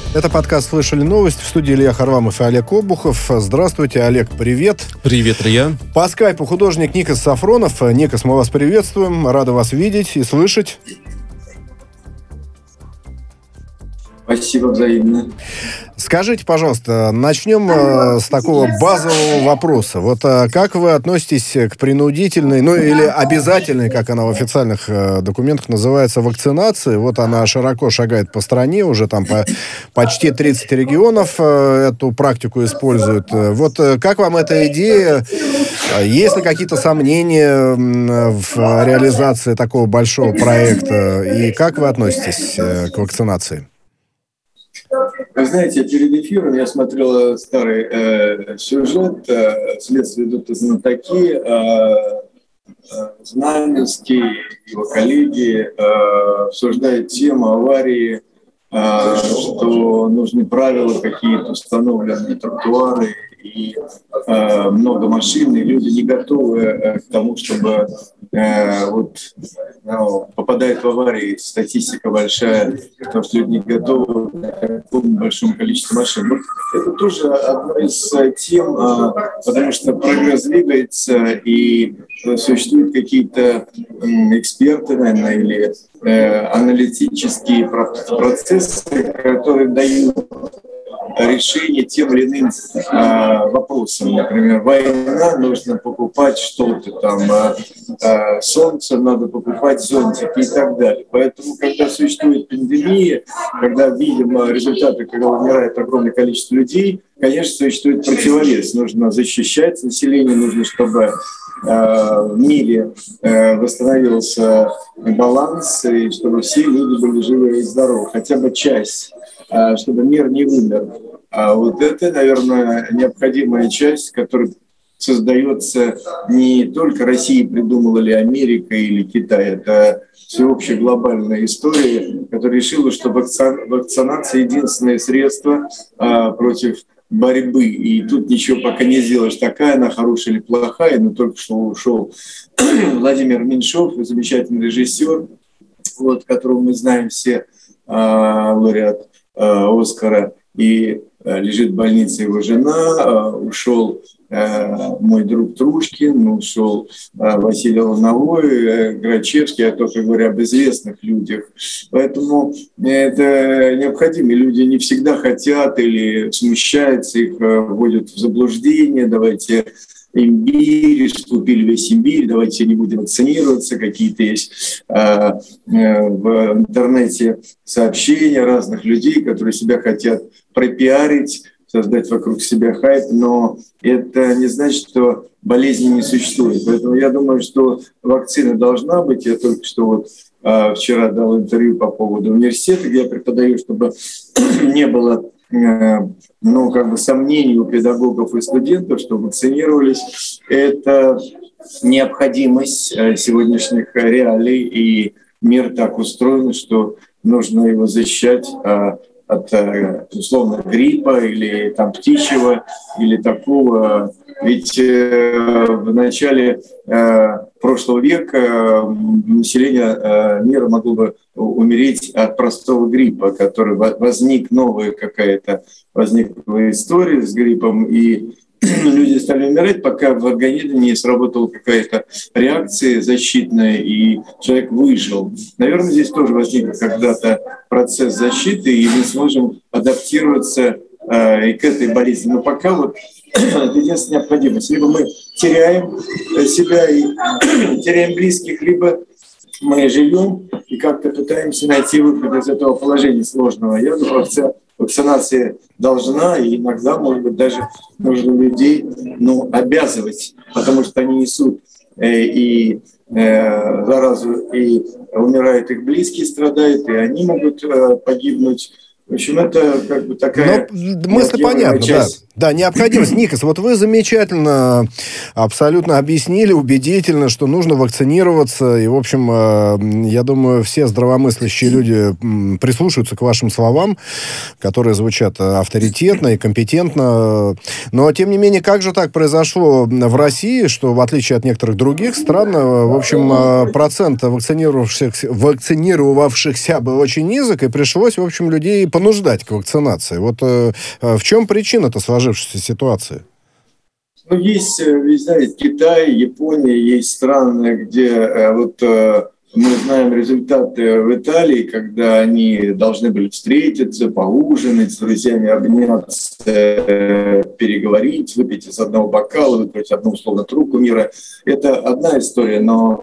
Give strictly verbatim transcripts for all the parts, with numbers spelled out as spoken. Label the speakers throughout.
Speaker 1: Это подкаст «Слышали новость». В студии Илья Харламов и Олег Обухов. Здравствуйте, Олег, привет.
Speaker 2: Привет, Илья.
Speaker 1: По скайпу художник Никос Сафронов. Никос, мы вас приветствуем. Рады вас видеть и слышать.
Speaker 3: Спасибо, взаимно.
Speaker 1: Скажите, пожалуйста, начнем э, с такого базового вопроса. Вот э, как вы относитесь к принудительной, ну или обязательной, как она в официальных э, документах называется, вакцинации? Вот она широко шагает по стране, уже там по почти тридцать регионов э, эту практику используют. Вот э, как вам эта идея? Есть ли какие-то сомнения в реализации такого большого проекта? И как вы относитесь э, к вакцинации?
Speaker 3: Вы знаете, перед эфиром я смотрел старый э, сюжет, э, следствие идут знатоки, э, э, Знаменский, его коллеги э, обсуждают тему аварии, э, что нужны правила какие-то, установленные тротуары, и э, много машин, и люди не готовы э, к тому, чтобы э, вот, ну, попадает в аварии, статистика большая, потому что люди не готовы к такому большому количеству машин. Вот это тоже одна из тем, э, потому что прогресс двигается, и существуют какие-то э, эксперты, наверное, или э, аналитические процессы, которые дают решение тем или иным э, вопросам. Например, война, нужно покупать что-то там, э, э, солнце, надо покупать зонтики и так далее. Поэтому, когда существует пандемия, когда видим результаты, когда умирает огромное количество людей, конечно, существует противовес. Нужно защищать население, нужно, чтобы э, в мире э, восстановился баланс, и чтобы все люди были живы и здоровы, хотя бы часть, чтобы мир не вымер. А вот это, наверное, необходимая часть, которая создается не только Россией придумала ли Америка или Китай, это всеобщая глобальная история, которая решила, что вакцинация — единственное средство а, против борьбы. И тут ничего пока не сделаешь, такая она хорошая или плохая, но только что ушел Владимир Меньшов, замечательный режиссер, вот, которого мы знаем все, а, лауреат Оскара, и лежит в больнице его жена, ушел мой друг Трушкин, ушел Василий Лановой, Грачевский, я только говорю об известных людях. Поэтому это необходимо. Люди не всегда хотят или смущаются, их вводят в заблуждение. Давайте имбирь, купили весь имбирь, давайте не будем вакцинироваться. Какие-то есть э, э, в интернете сообщения разных людей, которые себя хотят пропиарить, создать вокруг себя хайп, но это не значит, что болезни не существует. Поэтому я думаю, что вакцина должна быть. Я только что вот э, вчера дал интервью по поводу университета, где я преподаю, чтобы не было ну, как бы сомнений у педагогов и студентов, что вакцинировались. Это необходимость сегодняшних реалий, и мир так устроен, что нужно его защищать от, условно, гриппа или там птичьего, или такого. Ведь в начале прошлого века население мира могло бы умереть от простого гриппа, который возник, новая какая-то возникла история с гриппом, и люди стали умирать, пока в организме не сработала какая-то реакция защитная, и человек выжил. Наверное, здесь тоже возник когда-то процесс защиты, и мы сможем адаптироваться э, и к этой болезни. Но пока вот это единственная необходимость. Либо мы теряем себя и теряем близких, либо мы живем и как-то пытаемся найти выход из этого положения сложного. Я думаю, вакцинация должна, и иногда, может быть, даже нужно людей ну, обязывать, потому что они несут э, и э, заразу, и умирают их близкие, страдают, и они могут э, погибнуть. В общем, это как бы такая...
Speaker 1: Но мысль понятна, да. Да, необходимость. Никос, вот вы замечательно абсолютно объяснили, убедительно, что нужно вакцинироваться. И, в общем, я думаю, все здравомыслящие люди прислушаются к вашим словам, которые звучат авторитетно и компетентно. Но, тем не менее, как же так произошло в России, что, в отличие от некоторых других стран, в общем, процент вакцинировавшихся, вакцинировавшихся был очень низок, и пришлось, в общем, людей понуждать к вакцинации. Вот э, в чем причина-то сложившейся ситуации?
Speaker 3: Ну, есть, вы знаете, Китай, Япония, есть страны, где э, вот э, мы знаем результаты в Италии, когда они должны были встретиться, поужинать с друзьями, обняться, э, переговорить, выпить из одного бокала, выпить одну условно трубку мира. Это одна история, но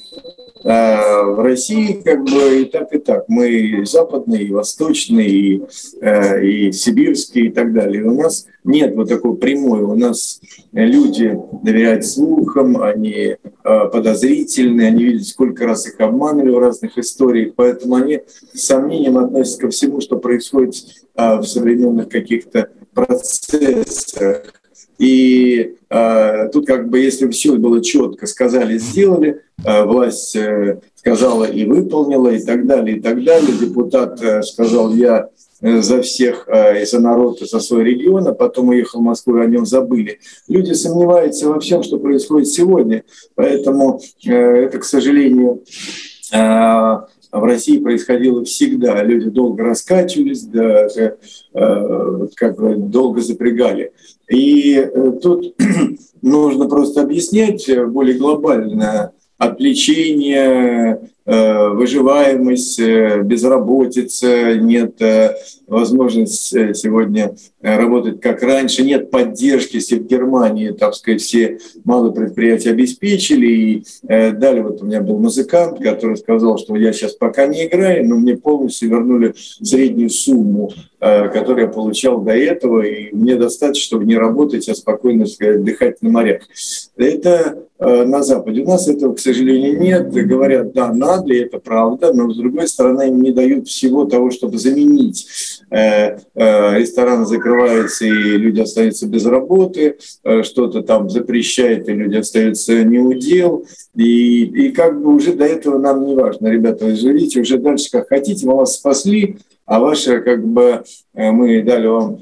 Speaker 3: в России как бы и так, и так. Мы и западные, и восточные, и, э, и сибирские, и так далее. У нас нет вот такой прямой. У нас люди доверяют слухам, они э, подозрительны, они видят, сколько раз их обманывали в разных историях, поэтому они с сомнением относятся ко всему, что происходит э, в современных каких-то процессах. И э, тут как бы, если все было четко, сказали, сделали, э, власть э, сказала и выполнила, и так далее, и так далее. Депутат э, сказал, я э, за всех э, и за народ, и за свой регион, а потом уехал в Москву, и о нем забыли. Люди сомневаются во всем, что происходит сегодня, поэтому э, это, к сожалению, э, в России происходило всегда. Люди долго раскачивались, да, э, как бы долго запрягали. И э, тут нужно просто объяснять более глобально от лечения, э, выживаемость, э, безработица, нет э, возможности сегодня работать как раньше, нет поддержки, если в Германии, так сказать, все малые предприятия обеспечили. И э, далее вот у меня был музыкант, который сказал, что я сейчас пока не играю, но мне полностью вернули среднюю сумму, э, которую я получал до этого, и мне достаточно, чтобы не работать, а спокойно, сказать, отдыхать на морях. Это э, на Западе. У нас этого, к сожалению, нет. Говорят, да, надо, и это правда, но, с другой стороны, им не дают всего того, чтобы заменить. Э, э, рестораны закрываются, и люди остаются без работы, э, что-то там запрещает, и люди остаются неудел. И, и как бы уже до этого нам не важно. Ребята, вы живите уже дальше как хотите, мы вас спасли, а ваше, как бы, э, мы дали вам,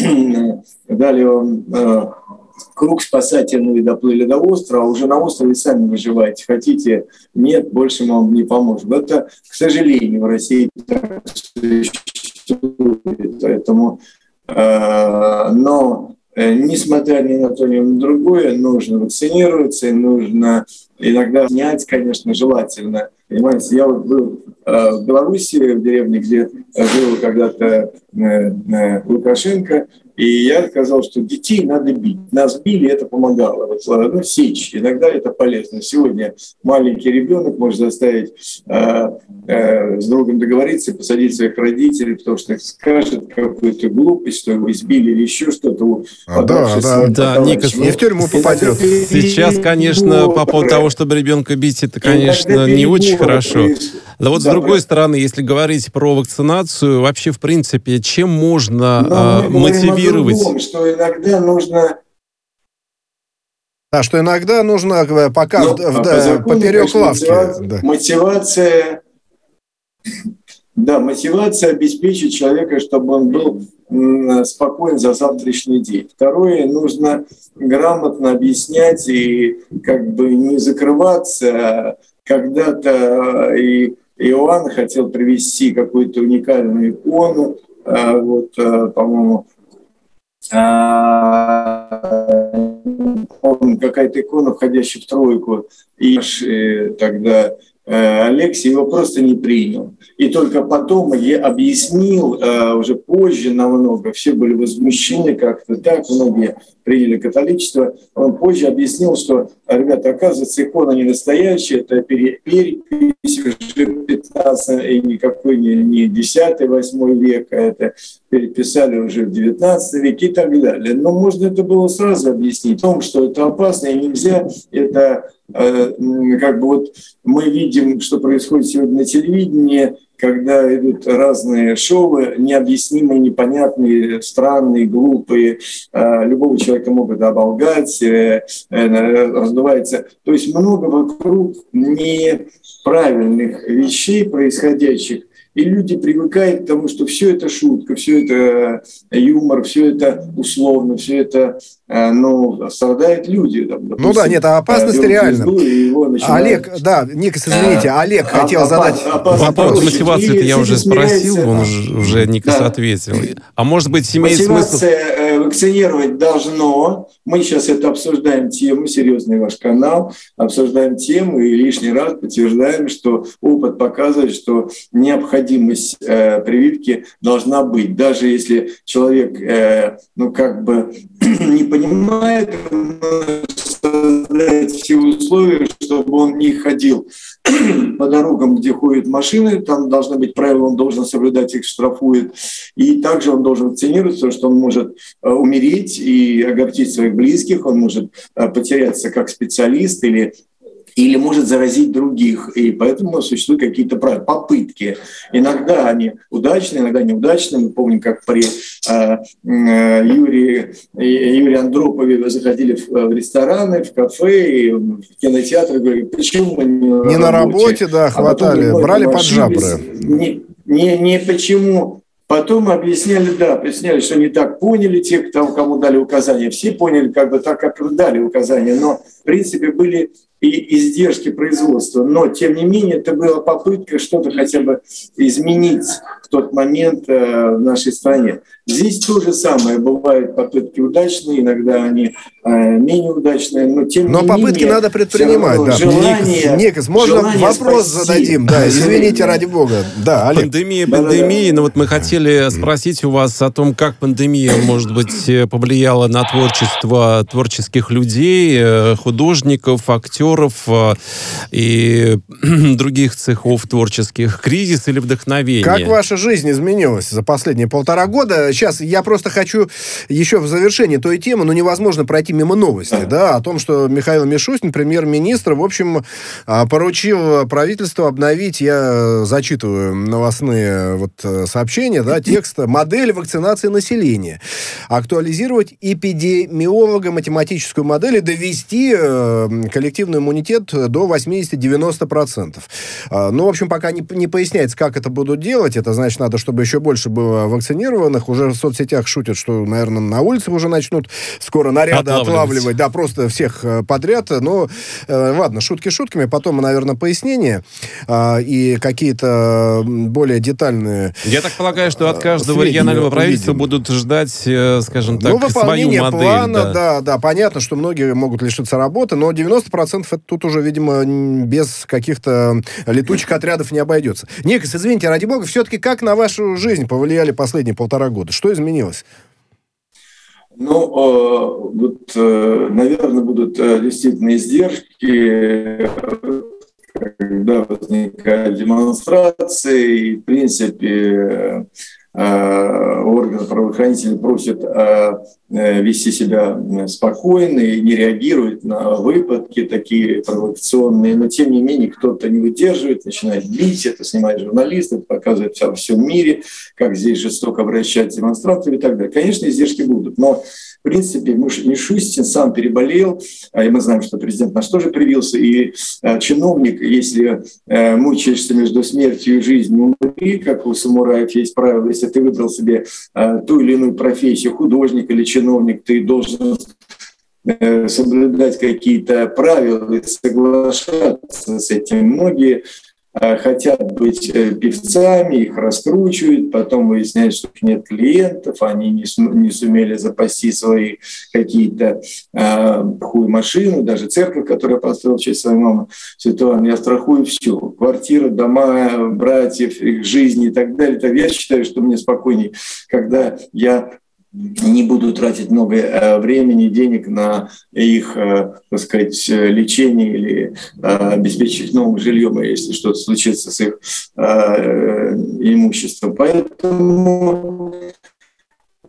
Speaker 3: дали вам э, круг спасательный, доплыли до острова, а уже на острове сами выживаете. Хотите, нет, больше мы вам не поможем. Это, к сожалению, в России так существует. Поэтому, э, но э, несмотря ни на то, ни на другое, нужно вакцинироваться, и нужно иногда снять, конечно, желательно. Понимаете, я вот был э, в Беларуси, в деревне, где жил когда-то э, э, Лукашенко, и я сказал, что детей надо бить. Нас били, это помогало. Вот, ну, сечь, иногда это полезно. Сегодня маленький ребенок может заставить э, э, с другом договориться и посадить своих родителей, потому что скажет какую-то глупость, что его избили или еще что-то.
Speaker 1: А, да, да,
Speaker 2: да, Никас,
Speaker 1: не в тюрьму попадет.
Speaker 2: Сейчас, конечно, по поводу того, чтобы ребенка бить, это, конечно, не очень хорошо. Но вот да, с другой правда. стороны, если говорить про вакцинацию, вообще, в принципе, чем можно э, мотивировать?
Speaker 3: Другом, что иногда нужно...
Speaker 1: Да, что иногда нужно пока
Speaker 3: ну,
Speaker 1: в, в, по закону, поперек конечно, лавки.
Speaker 3: Мотивация,
Speaker 1: да.
Speaker 3: мотивация, да, мотивация обеспечить человека, чтобы он был спокоен за завтрашний день. Второе, нужно грамотно объяснять и как бы не закрываться. Когда-то и Иоанн хотел привезти какую-то уникальную икону, вот, по-моему, какая-то икона, входящая в тройку, и тогда Алексий его просто не принял. И только потом я объяснил, уже позже намного, все были возмущены как-то так, многие приняли католичество. Он позже объяснил, что, ребята, оказывается, икона не настоящая, это перепись уже пятнадцатого, и никакой не, не десятый-восьмой век, а это переписали уже в девятнадцатом веке и так далее. Но можно это было сразу объяснить, в том, что это опасно и нельзя, это э, как бы вот мы видим, что происходит сегодня на телевидении, когда идут разные шоу, необъяснимые, непонятные, странные, глупые, любого человека могут оболгать, раздувается. То есть много вокруг неправильных вещей происходящих. И люди привыкают к тому, что все это шутка, все это юмор, все это условно, все это, ну, страдают люди. Там, допустим,
Speaker 1: ну да, нет, а опасность реально.
Speaker 3: Начинают...
Speaker 1: Олег, да, Никас, извините, а, Олег а, хотел а, задать
Speaker 2: а, вопрос. Вопрос мотивации я уже спросил, он уже, уже Никас да. ответил. А может быть, имеет смысл...
Speaker 3: Вакцинировать должно. Мы сейчас это обсуждаем тему, серьезный ваш канал, обсуждаем тему и лишний раз подтверждаем, что опыт показывает, что необходимость э, прививки должна быть. Даже если человек, э, ну, как бы не понимает, создать все условия, чтобы он не ходил по дорогам, где ходят машины, там должны быть правила, он должен соблюдать их, штрафует. И также он должен вакцинироваться, что он может э, умереть и огорчить своих близких, он может э, потеряться как специалист или или может заразить других. И поэтому существуют какие-то попытки. Иногда они удачные, иногда неудачные. Мы помним, как при э, э, Юрии, Юрии Андропове заходили в, в рестораны, в кафе, и в кинотеатры. Говорили, почему мы не,
Speaker 1: не на работе? Да, хватали, а брали под жабры.
Speaker 3: Не, не, не почему... Потом объясняли, да, объясняли, что не так поняли те, кто, кому дали указания. Все поняли как бы так, как дали указания, но в принципе были и издержки производства. Но, тем не менее, это была попытка что-то хотя бы изменить в тот момент э, в нашей стране. Здесь то же самое. Бывают попытки удачные, иногда они э, менее удачные, но тем
Speaker 1: но
Speaker 3: не
Speaker 1: попытки
Speaker 3: менее...
Speaker 1: надо предпринимать, да.
Speaker 3: Желание,
Speaker 1: Никас, можно
Speaker 3: желание
Speaker 1: вопрос
Speaker 3: спасти.
Speaker 1: зададим? Да, извините, ради бога. Да, Олег.
Speaker 2: Пандемия, пандемия. Да, да. Но вот мы хотели спросить у вас о том, как пандемия, может быть, повлияла на творчество творческих людей, художников, актеров, и других цехов творческих. Кризис или вдохновение?
Speaker 1: Как ваша жизнь изменилась за последние полтора года? Сейчас я просто хочу еще в завершении той темы, ну, невозможно пройти мимо новости, да, о том, что Михаил Мишустин, премьер-министр, в общем, поручил правительству обновить, я зачитываю новостные вот сообщения, да, текст, модель вакцинации населения, актуализировать эпидемиолого-математическую модель и довести коллективную иммунитет до восемьдесят-девяносто процентов. Ну, в общем, пока не, не поясняется, как это будут делать. Это значит, надо, чтобы еще больше было вакцинированных. Уже в соцсетях шутят, что, наверное, на улицах уже начнут скоро наряды отлавливать. отлавливать. Да, просто всех подряд. Но, э, ладно, шутки шутками. Потом, наверное, пояснение э, и какие-то более детальные...
Speaker 2: Я так полагаю, что от каждого регионального правительства увидим. Будут ждать, э, скажем так,
Speaker 1: ну,
Speaker 2: свою модель.
Speaker 1: Плана,
Speaker 2: да.
Speaker 1: да, да. Понятно, что многие могут лишиться работы, но девяносто процентов это тут уже, видимо, без каких-то летучих отрядов не обойдется. Никас, извините, ради бога, все-таки как на вашу жизнь повлияли последние полтора года? Что изменилось?
Speaker 3: Ну, вот, наверное, будут действительно издержки, когда возникают демонстрации, и, в принципе, органы правоохранительные просят вести себя спокойно и не реагировать на выпадки такие провокационные, но тем не менее кто-то не выдерживает, начинает бить, это снимает журналисты, это показывает во всем мире, как здесь жестоко обращаются демонстранты и так далее. Конечно, издержки будут, но в принципе, Мишустин сам переболел, и мы знаем, что президент наш тоже привился, и э, чиновник, если э, мучаешься между смертью и жизнью, умри, как у самураев есть правило, если ты выбрал себе э, ту или иную профессию, художник или чиновник, ты должен э, соблюдать какие-то правила и соглашаться с этим. Многие хотят быть певцами, их раскручивают, потом выясняют, что нет клиентов, они не, см- не сумели запасти свои какие-то э, хуй машину, даже церковь, которую построил в честь своей мамы, Святой, я страхую все, квартиры, дома, братьев, их жизни и так далее. Я считаю, что мне спокойней, когда я не буду тратить много э, времени, денег на их, э, так сказать, лечение или э, обеспечить новым жильем, если что-то случится с их э, имуществом. Поэтому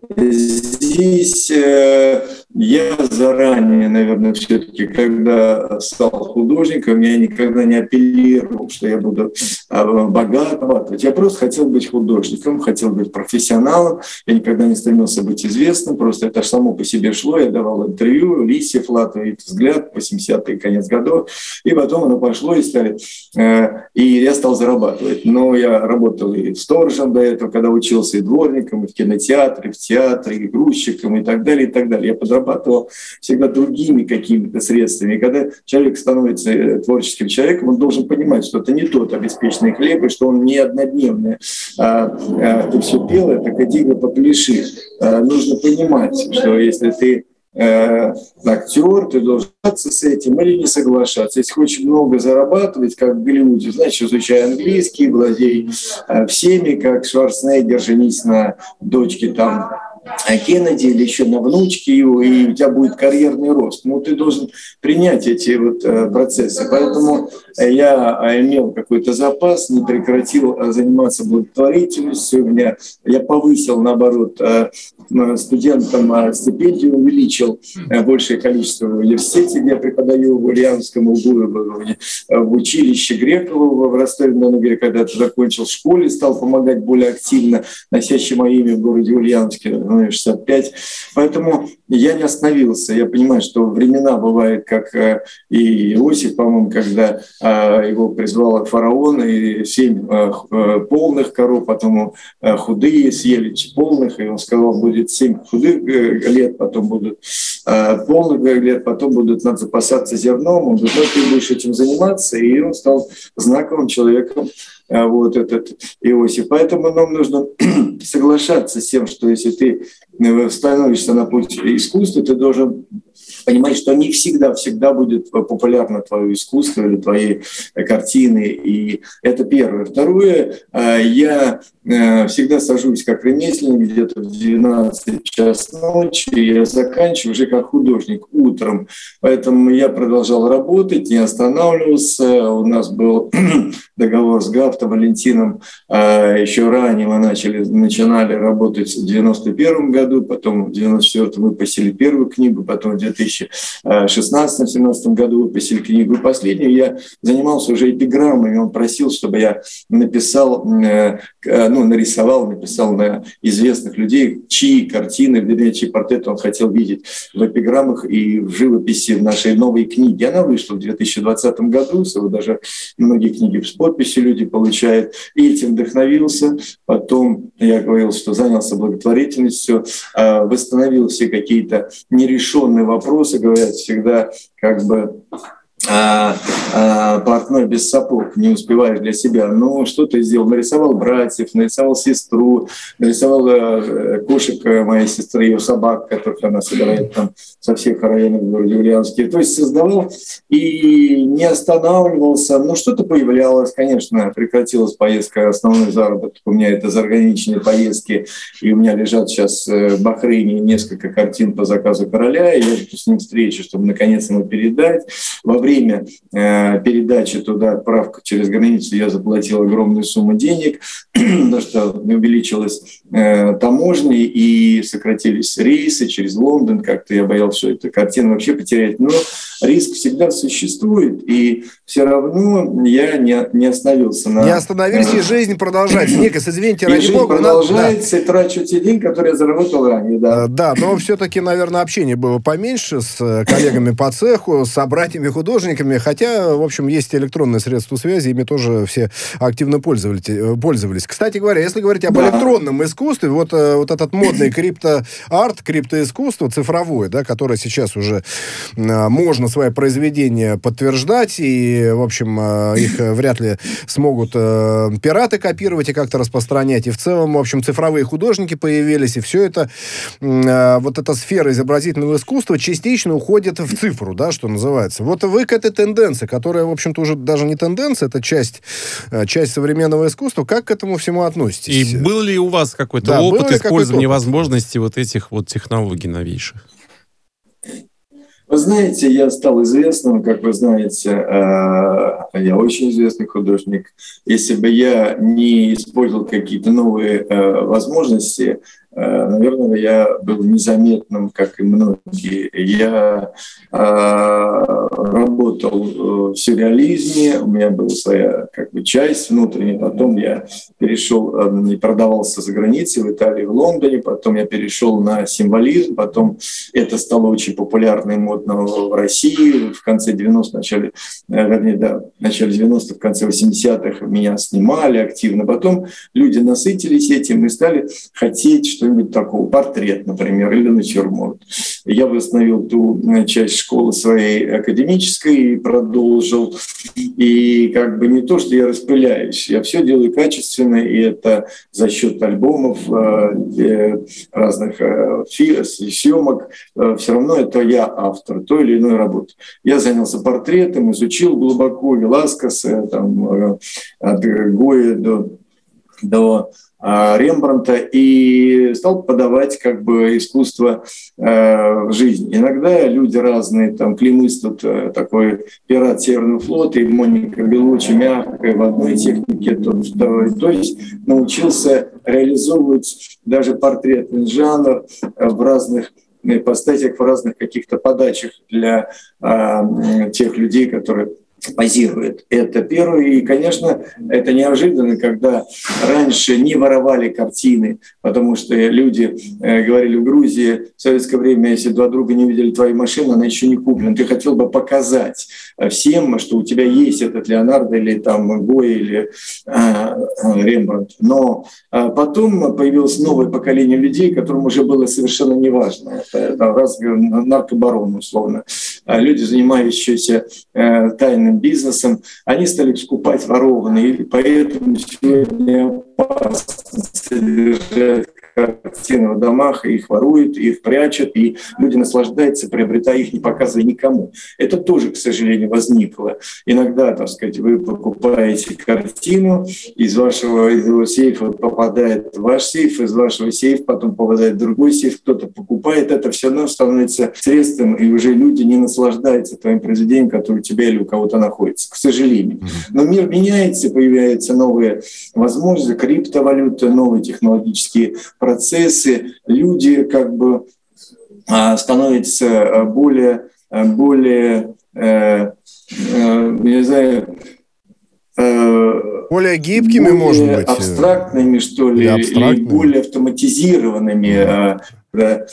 Speaker 3: здесь э, я заранее, наверное, все-таки, когда стал художником, я никогда не апеллировал, что я буду э, богат. Я просто хотел быть художником, хотел быть профессионалом. Я никогда не стремился быть известным, просто это само по себе шло. Я давал интервью, Лисьев, Латвия, «Взгляд», восьмидесятые, конец годов. И потом оно пошло, и, стали, э, и я стал зарабатывать. Но я работал и сторожем до этого, когда учился, и дворником, и в кинотеатре, в театре, и грузчиком, и так далее, и так далее. Я подрабатывал всегда другими какими-то средствами. И когда человек становится творческим человеком, он должен понимать, что это не тот обеспеченный хлеб, и что он не однодневный. А, а, ты все пел, так иди попляши. А, нужно понимать, что если ты Э, актер, ты должен соглашаться с этим или не соглашаться. Если хочешь много зарабатывать, как в Голливуде, значит, изучай английский, владей э, всеми, как Шварценеггер, женись на дочке там Кеннеди или еще на внучке его, и у тебя будет карьерный рост. Ну, ты должен принять эти вот э, процессы. Поэтому я имел какой-то запас, не прекратил заниматься благотворительностью. У меня, я повысил, наоборот, э, студентам стипендию, увеличил э, большее количество в университете, где я преподаю в Ульяновском углу, в училище Грекова в Ростове-на-Дону, когда-то закончил в школе, стал помогать более активно, носящий мое имя в городе Ульяновске, шестьдесят пять. Поэтому я не остановился. Я понимаю, что времена бывают, как и Иосиф, по-моему, когда его призвал фараон, и семь полных коров, потом худые съели полных, и он сказал, будет семь худых лет, потом будут полных лет, потом будут надо запасаться зерном. Он говорит, ну, ты будешь этим заниматься, и он стал знаковым человеком, вот этот Иосиф. Поэтому нам нужно соглашаться с тем, что если ты становишься на путь искусства, ты должен понимать, что не всегда, всегда будет популярно твое искусство или твои картины. И это первое. Второе, я всегда сажусь как ремесленник где-то в двенадцать часов ночи, и я заканчиваю уже как художник утром. Поэтому я продолжал работать, не останавливался. У нас был договор с Гафтом Валентином. Еще ранее мы начали, начинали работать в девяносто первом году, потом в девяносто четвёртом выпустили первую книгу, потом в две тысячи шестнадцатом-семнадцатом году выпустили книгу. И последнюю я занимался уже эпиграммами. Он просил, чтобы я написал, ну, нарисовал, написал на известных людей, чьи картины, вернее, чьи портреты он хотел видеть в эпиграммах и в живописи в нашей новой книге. Она вышла в две тысячи двадцатом году, даже многие книги с подписью люди получают. И этим вдохновился. Потом я говорил, что занялся благотворительностью, восстановил все какие-то нерешенные вопросы, говорят всегда, как бы а, а, портной без сапог, не успеваешь для себя. Ну, что ты сделал? Нарисовал братьев, нарисовал сестру, нарисовал э, кошек моей сестры, ее собак, которых она собирает там со всех районов в городе Ульяновске. То есть создавал и не останавливался. Ну, что-то появлялось, конечно, прекратилась поездка, основной заработок у меня это заграничные поездки, и у меня лежат сейчас в Бахрейне несколько картин по заказу короля, и я жду с ним встречи, чтобы наконец ему передать. Во время время э, передачи туда, отправку через границу, я заплатил огромную сумму денег, потому что увеличилась э, таможня и сократились рейсы через Лондон. Как-то я боялся, что эту картину вообще потерять. Но риск всегда существует, и все равно я не, не остановился. На,
Speaker 1: не остановились, и жизнь продолжается. Никас, извините, ради
Speaker 3: жизнь
Speaker 1: бога.
Speaker 3: продолжается,
Speaker 1: Да.
Speaker 3: и трачу те деньги, которые я заработал ранее. Да,
Speaker 1: да, но все-таки, наверное, общение было поменьше с коллегами по цеху, с собратьями-художниками, хотя, в общем, есть электронные средства связи, ими тоже все активно пользовались. пользовались. Кстати говоря, если говорить об да. электронном искусстве, вот, вот этот модный крипто-арт, криптоискусство цифровое, да, которое сейчас уже можно свои произведения подтверждать, и, в общем, их вряд ли смогут пираты копировать и как-то распространять, и в целом, в общем, цифровые художники появились, и все это, вот эта сфера изобразительного искусства частично уходит в цифру, да, что называется. Вот вы к этой тенденции, которая, в общем-то, уже даже не тенденция, это часть, часть современного искусства, как к этому всему относитесь?
Speaker 2: И был ли у вас какой-то да, опыт использования возможностей вот этих вот технологий новейших?
Speaker 3: Вы знаете, я стал известным, как вы знаете, я очень известный художник. Если бы я не использовал какие-то новые возможности, наверное, я был незаметным, как и многие. Я работал в сюрреализме, у меня была своя как бы часть внутренняя, потом я перешел и продавался за границей, в Италии, в Лондоне, потом я перешел на символизм, потом это стало очень популярно и модно в России в конце девяностых, в начале, вернее, да, в начале девяностых, в конце восьмидесятых меня снимали активно, потом люди насытились этим и стали хотеть что-нибудь такого, портрет, например, или натюрморт. Я восстановил ту часть школы своей академической и продолжил. И как бы не то, что я распыляюсь, я все делаю качественно, и это за счет альбомов, разных съемок, все равно это я автор той или иной работы. Я занялся портретом, изучил глубоко Веласкеса, там, от Гоя до, до Рембрандта и стал подавать как бы искусство э, в жизнь. Иногда люди разные, там Клим Иствуд, э, такой пират Северного флота, и Моника Белуччи мягкая в одной технике, то второй. То есть научился реализовывать даже портретный жанр в разных ипостасях, в разных каких-то подачах для э, тех людей, которые позирует. Это первое. И, конечно, это неожиданно, когда раньше не воровали картины, потому что люди э, говорили в Грузии в советское время, если два друга не видели твою машину, она еще не куплена. Ты хотел бы показать всем, что у тебя есть этот Леонардо или там Гоя или э, Рембрандт. Но э, потом появилось новое поколение людей, которым уже было совершенно неважно. Это, это раз наркобарон, условно. Люди, занимающиеся э, тайным бизнесом, они стали скупать ворованные, и поэтому сегодня опасно содержать картины в домах, их воруют, их прячут, и люди наслаждаются, приобретая их, не показывая никому. Это тоже, к сожалению, возникло. Иногда, так сказать, вы покупаете картину, из вашего из его сейфа попадает в ваш сейф, из вашего сейфа потом попадает в другой сейф, кто-то покупает, это все равно становится средством, и уже люди не наслаждаются твоим произведением, которое у тебя или у кого-то находится, к сожалению. Но мир меняется, появляются новые возможности, криптовалюта, новые технологические процессы, люди как бы становятся более, более, э, э, не знаю, э,
Speaker 1: более гибкими,
Speaker 3: более
Speaker 1: может быть,
Speaker 3: абстрактными, что ли, или более автоматизированными. Да.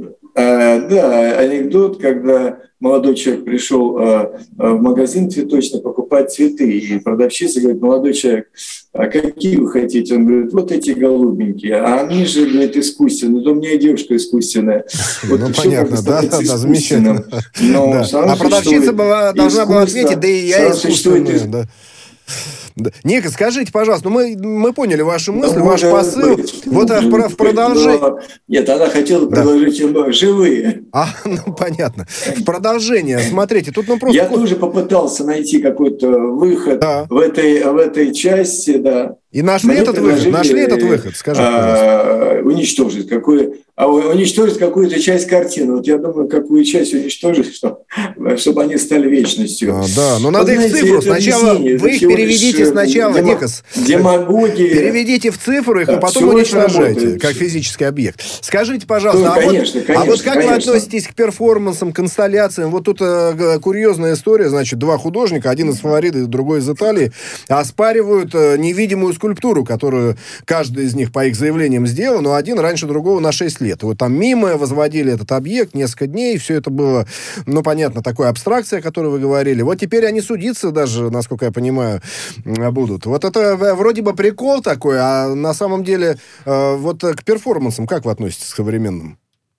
Speaker 3: Да, анекдот, когда молодой человек пришел в магазин цветочный покупать цветы, и продавщица говорит: молодой человек, а какие вы хотите? Он говорит: вот эти голубенькие. А они же, говорит, искусственные. Да у меня и девушка искусственная. Вот
Speaker 1: ну, понятно, да, да, да, замечательно.
Speaker 3: Но
Speaker 1: да. А продавщица была, должна была ответить: да и я искусственная. Да. Да. Ника, скажите, пожалуйста, ну мы, мы поняли ваши мысли, ну, ваш посыл. Быть. Вот а в, в продолжении...
Speaker 3: Нет, она хотела предложить да. живые.
Speaker 1: А, ну понятно. В продолжение, смотрите, тут ну просто...
Speaker 3: Я тоже попытался найти какой-то выход да. в, этой, в этой части, да.
Speaker 1: И нашли Мне этот выход? Нашли этот выход, скажите,
Speaker 3: а, уничтожить какую, а уничтожить какую-то часть картины. Вот я думаю, какую часть уничтожить, чтобы, чтобы они стали вечностью.
Speaker 1: А, да, но надо их в цифру. Сначала вы их переведите сначала,
Speaker 3: демо,
Speaker 1: Никос.
Speaker 3: Демагогия.
Speaker 1: Переведите в цифру их, да, а потом уничтожайте, как физический объект. Скажите, пожалуйста, ну, а, конечно, вот, конечно, а вот как конечно. вы относитесь к перформансам, к инсталляциям? Вот тут э, курьезная история, значит, два художника, один из Флориды, другой из Италии, оспаривают э, невидимую скульптуру, которую каждый из них по их заявлениям сделал, но один раньше другого на шесть лет. Вот там мимо возводили этот объект несколько дней, все это было, ну, понятно, такая абстракция, о которой вы говорили. Вот теперь они судиться даже, насколько я понимаю, будут. Вот это вроде бы прикол такой, а на самом деле вот к перформансам как вы относитесь к современным?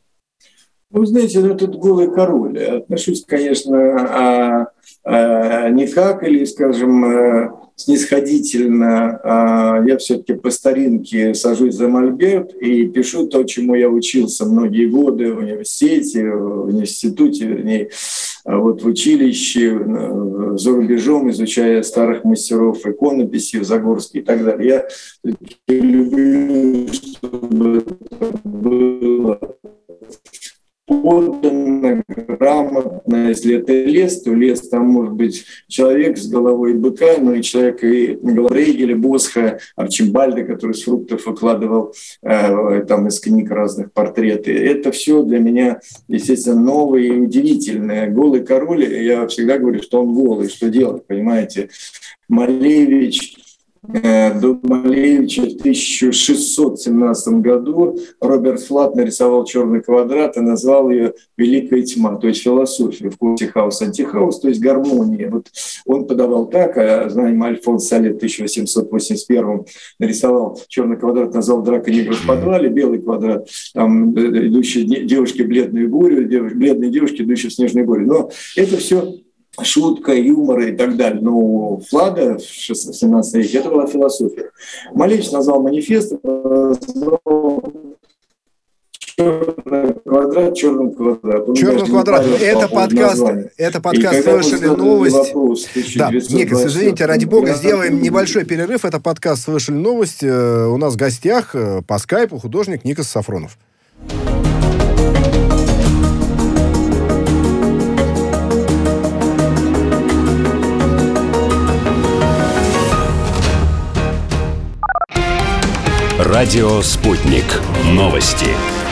Speaker 3: Вы знаете, ну, тут голый король. Я отношусь, конечно, а, а, никак, или, скажем, а, снисходительно. А, я все-таки по старинке сажусь за мольберт и пишу то, чему я учился многие годы в университете, в институте, вернее, вот в училище, за рубежом, изучая старых мастеров иконописи в Загорске и так далее. Я люблю, чтобы это было подано, грамотно, если это лес, то лес там может быть человек с головой быка, но и человек и Галарейгеля, Босха, Арчибальда, который с фруктов выкладывал э, там из книг разных портреты. Это все для меня, естественно, новое и удивительное. Голый король, я всегда говорю, что он голый, что делать, понимаете? Малевич, э, до Малевича в тысяча шестьсот семнадцатом году Роберт Флат нарисовал черный квадрат и назвал ее «Великая тьма», то есть философия в курсе хаос-антихаос, то есть гармония. Вот он подавал так, а знаем, Альфонс Сале в тысяча восемьсот восемьдесят первом нарисовал черный квадрат, назвал «Драка негров в подвале», белый квадрат, там идущие девушки бледные бурю, девушки, бледные девушки, идущие в снежную бурю. Но это все шутка, юмор и так далее. Но у Флада в семнадцатом веке это была философия. Малевич назвал манифест, назвал черный квадрат черным квадратом.
Speaker 1: Черным квадратом. Это подкаст, это подкаст «Слышали новость». Вопрос, да, Никас, извините, ради бога, сделаем небольшой перерыв. Это подкаст «Слышали новость». У нас в гостях по скайпу художник Никас Сафронов.
Speaker 4: Радио «Спутник». Новости.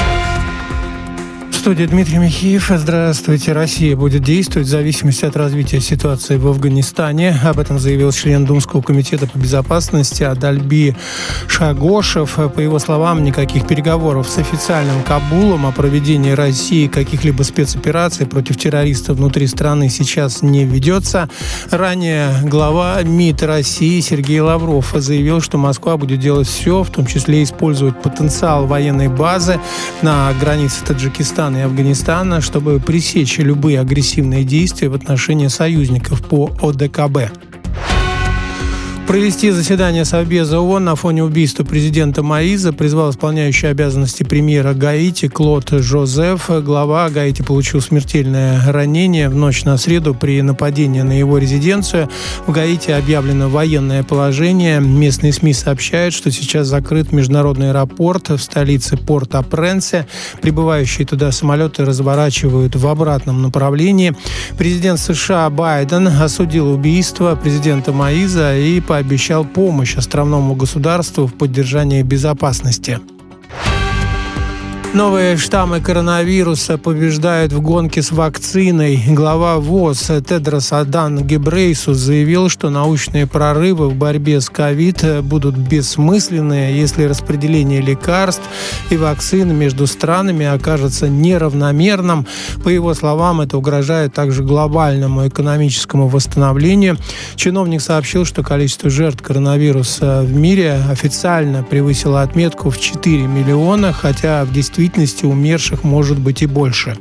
Speaker 5: В студии Дмитрий Михеев. Здравствуйте. Россия будет действовать в зависимости от развития ситуации в Афганистане. Об этом заявил член Думского комитета по безопасности Адальби Шагошев. По его словам, никаких переговоров с официальным Кабулом о проведении России каких-либо спецопераций против террористов внутри страны сейчас не ведется. Ранее глава МИД России Сергей Лавров заявил, что Москва будет делать все, в том числе использовать потенциал военной базы на границе Таджикистана и Афганистана, чтобы пресечь любые агрессивные действия в отношении союзников по О Дэ Ка Бэ. Провести заседание Совбеза ООН на фоне убийства президента Моиза призвал исполняющий обязанности премьера Гаити Клод Жозеф. Глава Гаити получил смертельное ранение в ночь на среду при нападении на его резиденцию. В Гаити объявлено военное положение. Местные СМИ сообщают, что сейчас закрыт международный аэропорт в столице Порт-о-Пренсе. Прибывающие туда самолеты разворачивают в обратном направлении. Президент США Байден осудил убийство президента Моиза и пообещал помощь островному государству в поддержании безопасности. Новые штаммы коронавируса побеждают в гонке с вакциной. Глава ВОЗ Тедрос Адан Гебрейсус заявил, что научные прорывы в борьбе с ковид будут бессмысленные, если распределение лекарств и вакцин между странами окажется неравномерным. По его словам, это угрожает также глобальному экономическому восстановлению. Чиновник сообщил, что количество жертв коронавируса в мире официально превысило отметку в четыре миллиона, хотя в действительности В действительности умерших может быть и больше.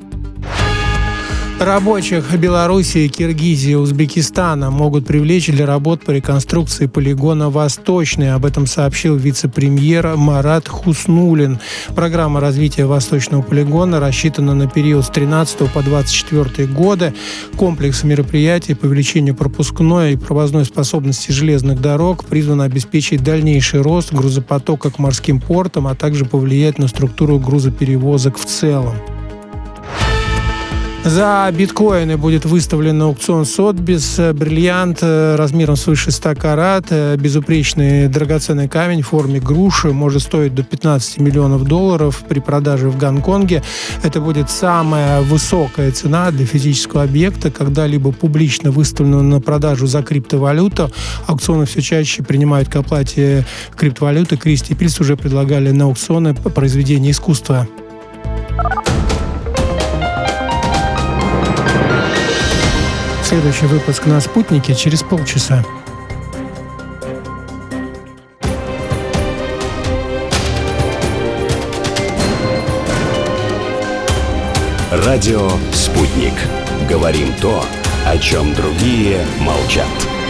Speaker 5: Рабочих Белоруссии, Киргизии и Узбекистана могут привлечь для работ по реконструкции полигона «Восточный». Об этом сообщил вице-премьер Марат Хуснуллин. Программа развития Восточного полигона рассчитана на период с тринадцатого по двадцать четвёртый годы. Комплекс мероприятий по увеличению пропускной и провозной способности железных дорог призван обеспечить дальнейший рост грузопотока к морским портам, а также повлиять на структуру грузоперевозок в целом. За биткоины будет выставлен на аукцион Сотбис бриллиант размером свыше ста карат. Безупречный драгоценный камень в форме груши может стоить до пятнадцати миллионов долларов при продаже в Гонконге. Это будет самая высокая цена для физического объекта, когда-либо публично выставленного на продажу за криптовалюту. Аукционы все чаще принимают к оплате криптовалюты. Кристи Пильс уже предлагали на аукционы произведения искусства. Следующий выпуск на «Спутнике» через полчаса.
Speaker 4: Радио «Спутник». Говорим то, о чем другие молчат.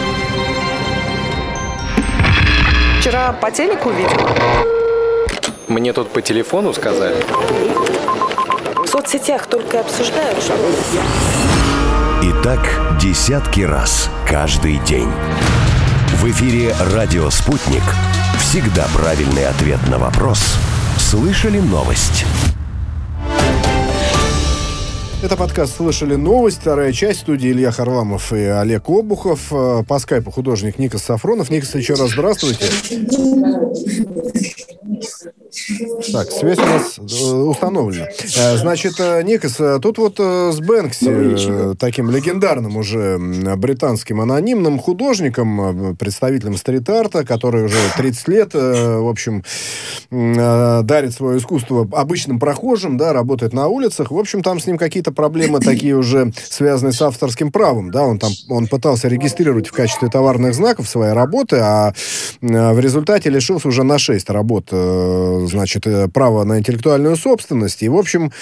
Speaker 6: Вчера по телеку видел.
Speaker 7: Мне тут по телефону сказали.
Speaker 6: В соцсетях только обсуждают, что...
Speaker 4: И так десятки раз каждый день. В эфире «Радио Спутник». Всегда правильный ответ на вопрос. Слышали новость?
Speaker 1: Это подкаст «Слышали новость», вторая часть, в студии Илья Харламов и Олег Обухов. По скайпу художник Никос Сафронов. Никос, еще раз здравствуйте. Так, связь у нас установлена. Значит, Никос, тут вот с Бэнкси, таким легендарным уже британским анонимным художником, представителем стрит-арта, который уже тридцать лет, в общем, дарит свое искусство обычным прохожим, да, работает на улицах. В общем, там с ним какие-то проблемы такие уже связанные с авторским правом, да, он там, он пытался регистрировать в качестве товарных знаков свои работы, а в результате лишился уже на шесть работ, значит, права на интеллектуальную собственность, и, в общем,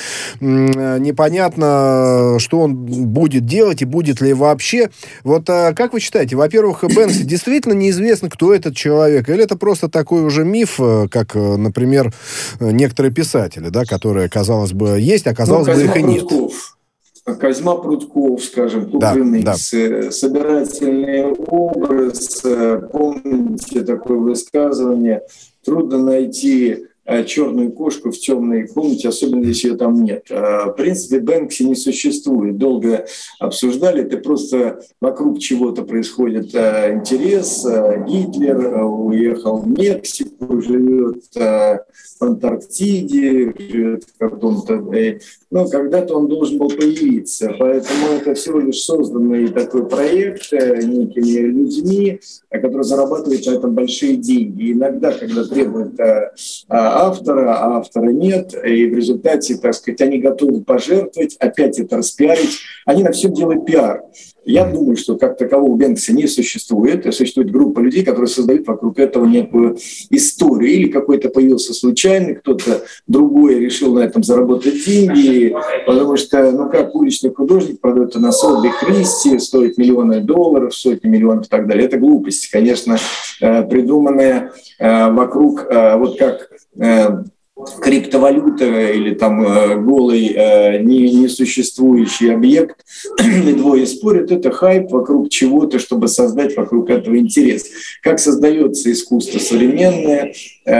Speaker 1: непонятно, что он будет делать и будет ли вообще. Вот как вы считаете, во-первых, Бэнкси действительно неизвестно, кто этот человек, или это просто такой уже миф, как, например, некоторые писатели, да, которые, казалось бы, есть, а казалось ну, бы, их и нет.
Speaker 3: Козьма Прутков, скажем, Куприн да, Икс, да. Собирательный образ, помните такое высказывание, трудно найти черную кошку в темной комнате, особенно если ее там нет. В принципе, Бэнкси не существует. Долго обсуждали, это просто вокруг чего-то происходит интерес. Гитлер уехал в Мексику, живет в Антарктиде, живет в каком-то... Но когда-то он должен был появиться. Поэтому это всего лишь созданный такой проект некими людьми, которые зарабатывают на этом большие деньги. И иногда, когда требуют автора, а автора нет, и в результате, так сказать, они готовы пожертвовать, опять это распиарить. Они на все делают пиар. Я думаю, что как такового Бэнкси не существует. Существует группа людей, которые создают вокруг этого некую историю. Или какой-то появился случайный, кто-то другой решил на этом заработать деньги. Потому что, ну как уличный художник продает на Сотби Кристи, стоит миллионы долларов, сотни миллионов и так далее. Это глупость, конечно, придуманная вокруг, вот как... криптовалюта или там э, голый э, не, несуществующий объект, и двое спорят, это хайп вокруг чего-то, чтобы создать вокруг этого интерес. Как создается искусство современное, э,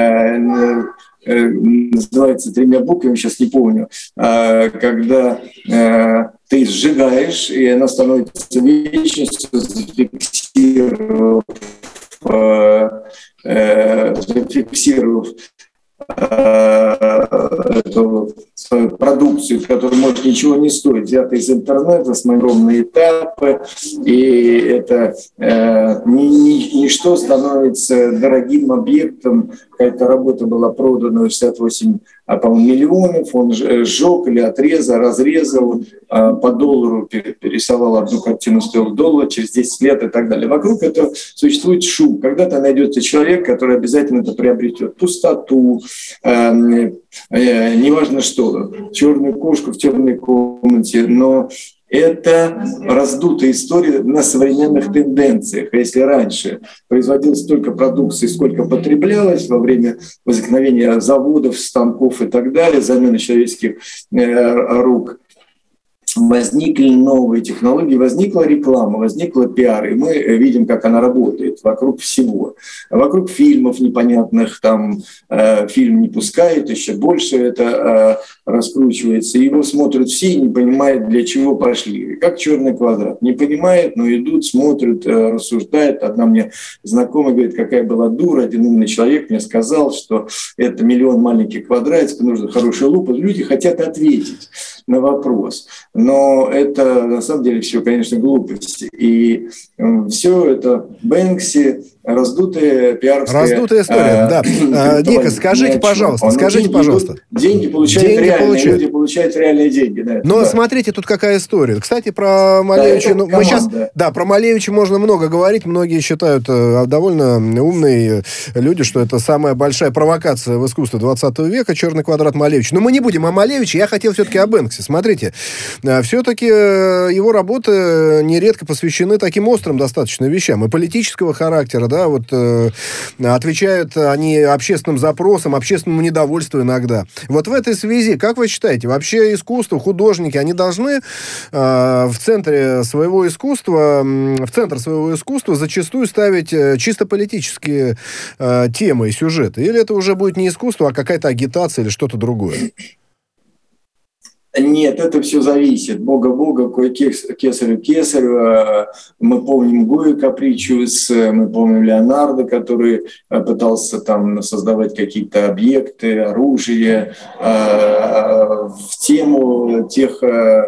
Speaker 3: э, называется тремя буквами, сейчас не помню, э, когда э, ты сжигаешь, и она становится вечностью, зафиксировав, э, э, зафиксировав эту свою продукцию, которая может ничего не стоить, взята из интернета, с огромные этапы, и это э, ни, ни, ничто становится дорогим объектом. Какая-то работа была продана шестьдесят восемь, по-моему, миллионов, он сжег или отрезал, разрезал, э, по доллару перерисовал одну картину, стоил доллар, через десять лет и так далее. Вокруг этого существует шум. Когда-то найдется человек, который обязательно это приобретет. Пустоту, э, э, неважно что, черную кошку в темной комнате, но это раздутая история на современных тенденциях. Если раньше производилось столько продукции, сколько потреблялось во время возникновения заводов, станков и так далее, замены человеческих э, рук, возникли новые технологии, возникла реклама, возникла пиар, и мы видим, как она работает вокруг всего. Вокруг фильмов непонятных, там э, фильм не пускает, еще больше это э, раскручивается, его смотрят все и не понимают, для чего пошли. Как «Черный квадрат». Не понимают, но идут, смотрят, э, рассуждают. Одна мне знакомая говорит, какая была дура, один умный человек мне сказал, что это миллион маленьких квадратиков, нужно хорошая лупа. Люди хотят ответить на вопрос. Но это на самом деле все, конечно, глупости. И э, все это Бэнкси, раздутая пиаровская...
Speaker 1: Раздутая история, э, да. Э, Ника, скажите, пожалуйста, Он скажите, деньги, пожалуйста.
Speaker 3: Деньги получают деньги реальные, получают. Люди получают реальные деньги. Да,
Speaker 1: Но
Speaker 3: да.
Speaker 1: смотрите, тут какая история. Кстати, про Малевича... Да, ну, мы сейчас, да, про Малевича можно много говорить. Многие считают, э, довольно умные люди, что это самая большая провокация в искусстве двадцатого века, «Черный квадрат» Малевича. Но мы не будем о Малевиче. Я хотел все-таки о Бэнкси. Смотрите, э, все-таки его работы нередко посвящены таким острым достаточно вещам. И политического характера, да, вот э, отвечают они общественным запросам, общественному недовольству иногда. Вот в этой связи, как вы считаете, вообще искусство, художники, они должны э, в центре своего искусства, в центр своего искусства зачастую ставить чисто политические э, темы и сюжеты? Или это уже будет не искусство, а какая-то агитация или что-то другое?
Speaker 3: Нет, это все зависит. Бога-бога, кесарю-кесарю. Мы помним Гою Капричиус, мы помним Леонардо, который пытался там создавать какие-то объекты, оружие в тему тех,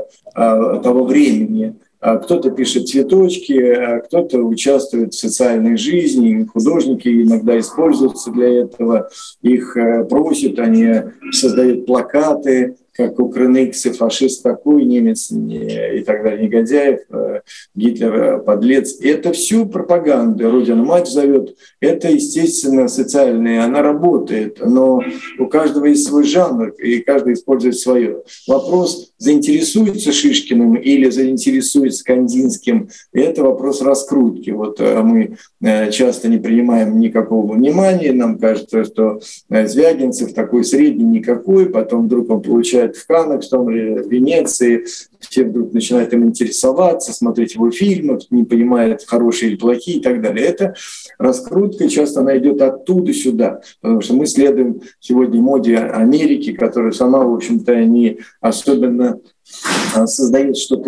Speaker 3: того времени. Кто-то пишет цветочки, кто-то участвует в социальной жизни, художники иногда используются для этого, их просят, они создают плакаты, как Укрыниксы, фашист такой, немец и так далее, негодяев, Гитлер подлец. Это все пропаганда. Родина-мать зовет. Это, естественно, социальная, она работает, но у каждого есть свой жанр, и каждый использует свое. Вопрос, заинтересуется Шишкиным или заинтересуется Кандинским, это вопрос раскрутки. Вот мы часто не принимаем никакого внимания, нам кажется, что Звягинцев такой средний никакой, потом вдруг он получает в Каннах, что он в Венеции, все вдруг начинают им интересоваться, смотреть его фильмы, не понимают, хорошие или плохие и так далее. Это раскрутка, часто она идет оттуда сюда, потому что мы следуем сегодня моде Америки, которая сама, в общем-то, не особенно создает что-то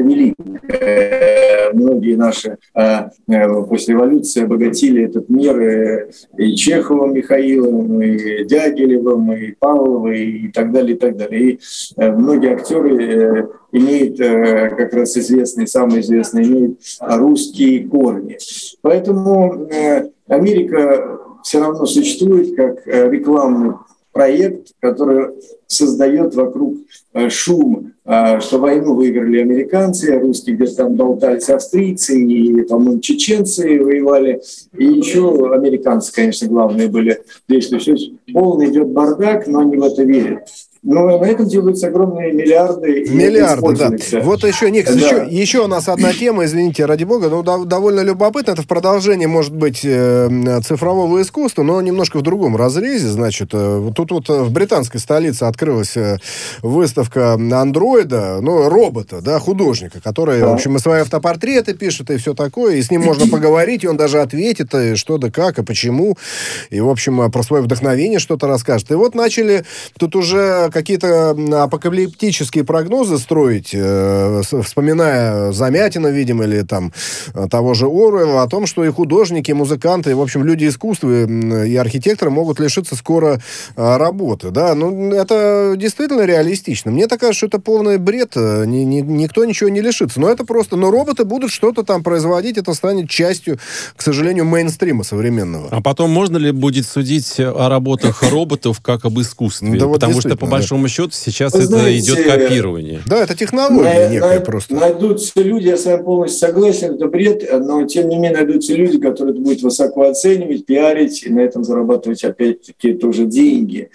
Speaker 3: великое. Многие наши после революции обогатили этот мир и Чеховым Михаилом, и Дягилевым, и Павловым, и так далее, и так далее. И многие актеры имеют, как раз известные, самые известные, имеют русские корни. Поэтому Америка все равно существует как рекламный проект, который создает вокруг шум, что войну выиграли американцы, а русские где-то там болтались австрийцы, и, по-моему, чеченцы воевали, и еще американцы, конечно, главные были действующие. Полный идет бардак, но они в это верят. Но на этом делаются огромные миллиарды.
Speaker 1: Миллиарды, да. Вот еще, Никс, да. еще, еще у нас одна тема, извините, ради бога, но да, довольно любопытно. Это в продолжении, может быть, цифрового искусства, но немножко в другом разрезе. Значит, тут вот в британской столице открылась выставка андроида, ну, робота, да, художника, который, да. в общем, и свои автопортреты пишет, и все такое, и с ним можно поговорить, и он даже ответит, и что да как, и почему, и, в общем, про свое вдохновение что-то расскажет. И вот начали тут уже какие-то апокалиптические прогнозы строить, э, вспоминая Замятина, видимо, или там того же Оруэлла, о том, что и художники, и музыканты, и, в общем, люди искусства, и архитекторы могут лишиться скоро э, работы. Да? Ну, это действительно реалистично. Мне так кажется, что это полный бред. Ни, ни, никто ничего не лишится. Но это просто... Но роботы будут что-то там производить, это станет частью, к сожалению, мейнстрима современного.
Speaker 2: А потом можно ли будет судить о работах роботов как об искусстве?
Speaker 1: Да, вот
Speaker 2: потому что, по большому счету, сейчас
Speaker 3: Вы
Speaker 2: это
Speaker 3: знаете,
Speaker 2: идет копирование.
Speaker 1: Да, это технология
Speaker 3: на,
Speaker 1: некая
Speaker 3: на,
Speaker 1: просто.
Speaker 3: Найдутся люди, я с вами полностью согласен, это бред, но тем не менее найдутся люди, которые это будут высоко оценивать, пиарить и на этом зарабатывать опять-таки тоже деньги.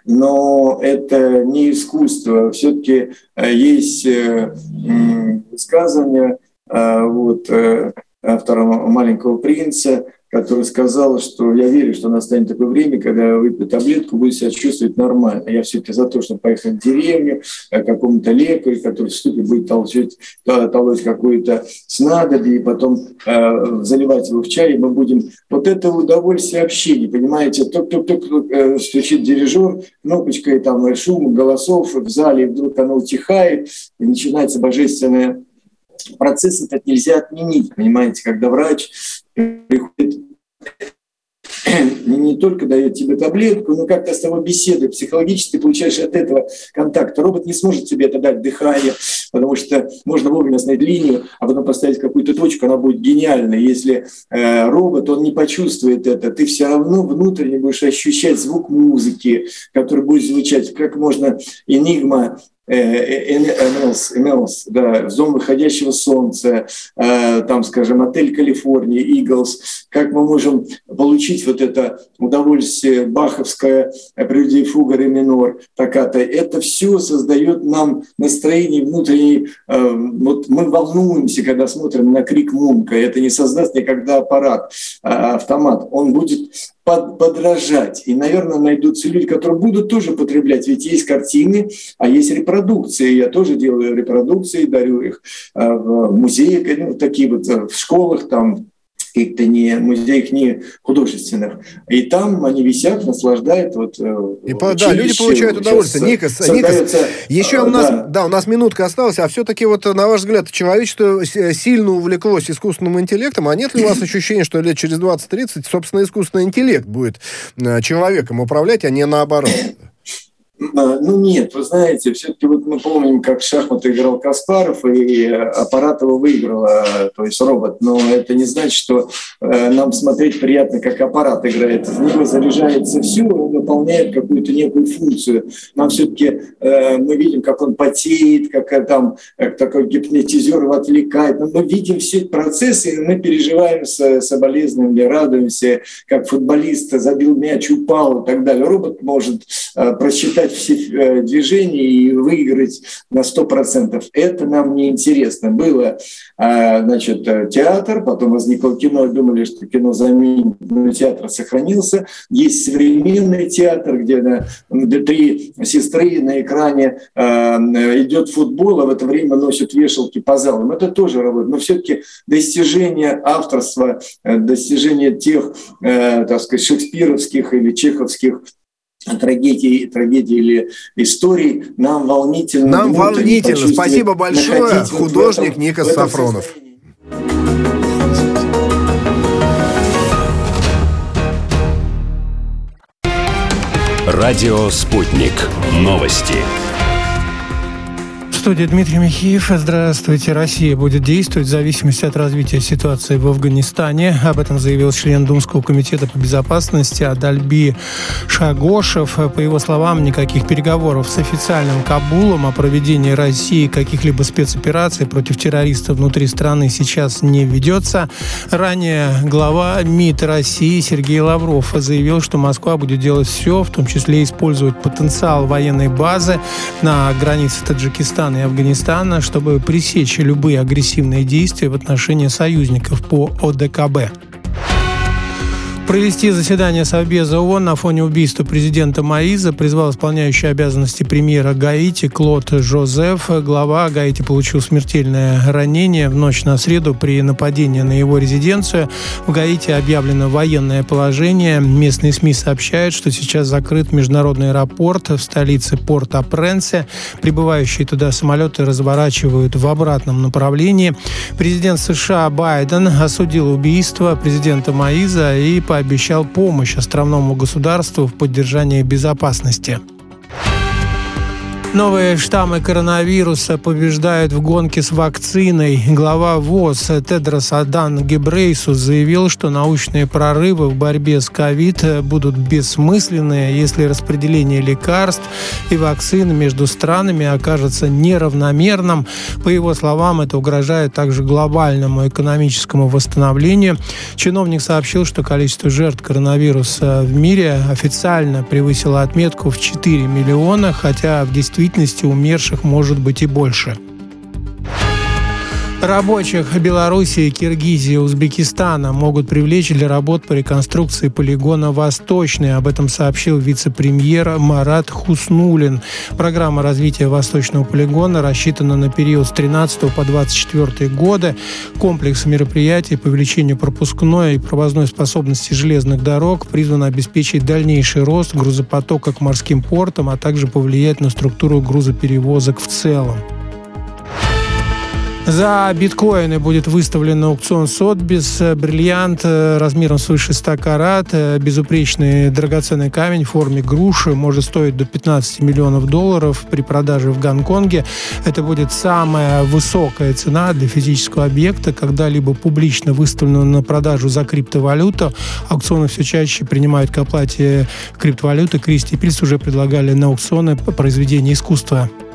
Speaker 3: Но это не искусство. Все-таки есть высказывание вот, автора «Маленького принца», который сказал, что я верю, что настанет такое время, когда выпьет таблетку, будет себя чувствовать нормально. Я все-таки за то, чтобы поехать в деревню, к какому-то лекарю, который в ступе будет толчать, толочь какое-то снадобье, и потом э, заливать его в чай, и мы будем... Вот это удовольствие общения, понимаете? Тук-тук-тук э, стучит дирижер, кнопочкой, там шум голосов в зале, и вдруг оно утихает, и начинается божественное... Процесс этот нельзя отменить, понимаете? Когда врач приходит, не только дает тебе таблетку, но как-то с тобой беседует психологически, ты получаешь от этого контакт. Робот не сможет тебе это дать дыхание, потому что можно вовремя снять линию, а потом поставить какую-то точку, она будет гениальна. Если э, робот, он не почувствует это, ты все равно внутренне будешь ощущать звук музыки, который будет звучать, как можно энигма, Эмилс, Эмилс, да, «Зон выходящего солнца», э, там, скажем, «Отель Калифорния», «Иглс». Как мы можем получить вот это удовольствие баховское, «Прелюдия и фуга, ре минор», токката. Это все создает нам настроение внутреннее. Э, вот мы волнуемся, когда смотрим на крик Мунка. Это не создаст никогда аппарат, э, автомат. Он будет под, подражать. И, наверное, найдутся люди, которые будут тоже потреблять. Ведь есть картины, а есть репродукции. Я тоже делаю репродукции, дарю их в музеях, ну, такие вот в школах, там, каких-то не музеях, не художественных. И там они висят, наслаждают. Вот,
Speaker 1: и, да, люди получают удовольствие. Никас, Никас, еще у нас, да. да, у нас минутка осталась, а все-таки вот, на ваш взгляд, человечество сильно увлеклось искусственным интеллектом, а нет ли у вас ощущения, что лет через двадцать-тридцать, собственно, искусственный интеллект будет человеком управлять, а не наоборот?
Speaker 3: Ну нет, вы знаете, все-таки вот мы помним, как в шахматы играл Каспаров, и аппарат его выиграл, то есть робот. Но это не значит, что э, нам смотреть приятно, как аппарат играет. В него заряжается все, он выполняет какую-то некую функцию. Нам все-таки э, мы видим, как он потеет, как там как такой гипнотизер его отвлекает. Но мы видим все эти процессы, и мы переживаем с соболезнованием, радуемся, как футболист забил мяч, упал и так далее. Робот может э, просчитать все движения и выиграть на сто процентов. Это нам не интересно. Было, значит, театр, потом возникло кино, думали, что кино заменит, но театр сохранился. Есть современный театр, где, где три сестры на экране, идет футбол, а в это время носят вешалки по залам. Это тоже работает. Но все-таки достижение авторства, достижение тех, так сказать, шекспировских или чеховских трагедии, трагедии или истории нам волнительно.
Speaker 1: Нам волнительно. Спасибо большое. Художник Никас Сафронов.
Speaker 4: Радио «Спутник». Новости.
Speaker 5: В студии Дмитрий Михеев. Здравствуйте. Россия будет действовать в зависимости от развития ситуации в Афганистане. Об этом заявил член Думского комитета по безопасности Адальби Шагошев. По его словам, никаких переговоров с официальным Кабулом о проведении России каких-либо спецопераций против террористов внутри страны сейчас не ведется. Ранее глава МИД России Сергей Лавров заявил, что Москва будет делать все, в том числе использовать потенциал военной базы на границе Таджикистана и Афганистана, чтобы пресечь любые агрессивные действия в отношении союзников по О Дэ Ка Бэ. Провести заседание Совбеза ООН на фоне убийства президента Моиза призвал исполняющий обязанности премьера Гаити Клод Жозеф. Глава Гаити получил смертельное ранение в ночь на среду при нападении на его резиденцию. В Гаити объявлено военное положение. Местные СМИ сообщают, что сейчас закрыт международный аэропорт в столице Порт-о-Пренсе. Прибывающие туда самолеты разворачивают в обратном направлении. Президент США Байден осудил убийство президента Моиза и пообещал помощь островному государству в поддержании безопасности. Новые штаммы коронавируса побеждают в гонке с вакциной. Глава ВОЗ Тедрос Адан Гебрейсус заявил, что научные прорывы в борьбе с ковид будут бессмысленные, если распределение лекарств и вакцин между странами окажется неравномерным. По его словам, это угрожает также глобальному экономическому восстановлению. Чиновник сообщил, что количество жертв коронавируса в мире официально превысило отметку в четыре миллиона, хотя в действительности В действительности умерших может быть и больше. Рабочих Белоруссии, Киргизии и Узбекистана могут привлечь для работ по реконструкции полигона «Восточный». Об этом сообщил вице-премьер Марат Хуснуллин. Программа развития Восточного полигона рассчитана на период с тринадцатого по двадцать четвёртый годы. Комплекс мероприятий по увеличению пропускной и провозной способности железных дорог призван обеспечить дальнейший рост грузопотока к морским портам, а также повлиять на структуру грузоперевозок в целом. За биткоины будет выставлен на аукцион Сотбис. Бриллиант размером свыше ста карат, безупречный драгоценный камень в форме груши, может стоить до пятнадцати миллионов долларов при продаже в Гонконге. Это будет самая высокая цена для физического объекта, когда-либо публично выставленного на продажу за криптовалюту. Аукционы все чаще принимают к оплате криптовалюты. Кристи Пильс уже предлагали на аукционы произведения искусства.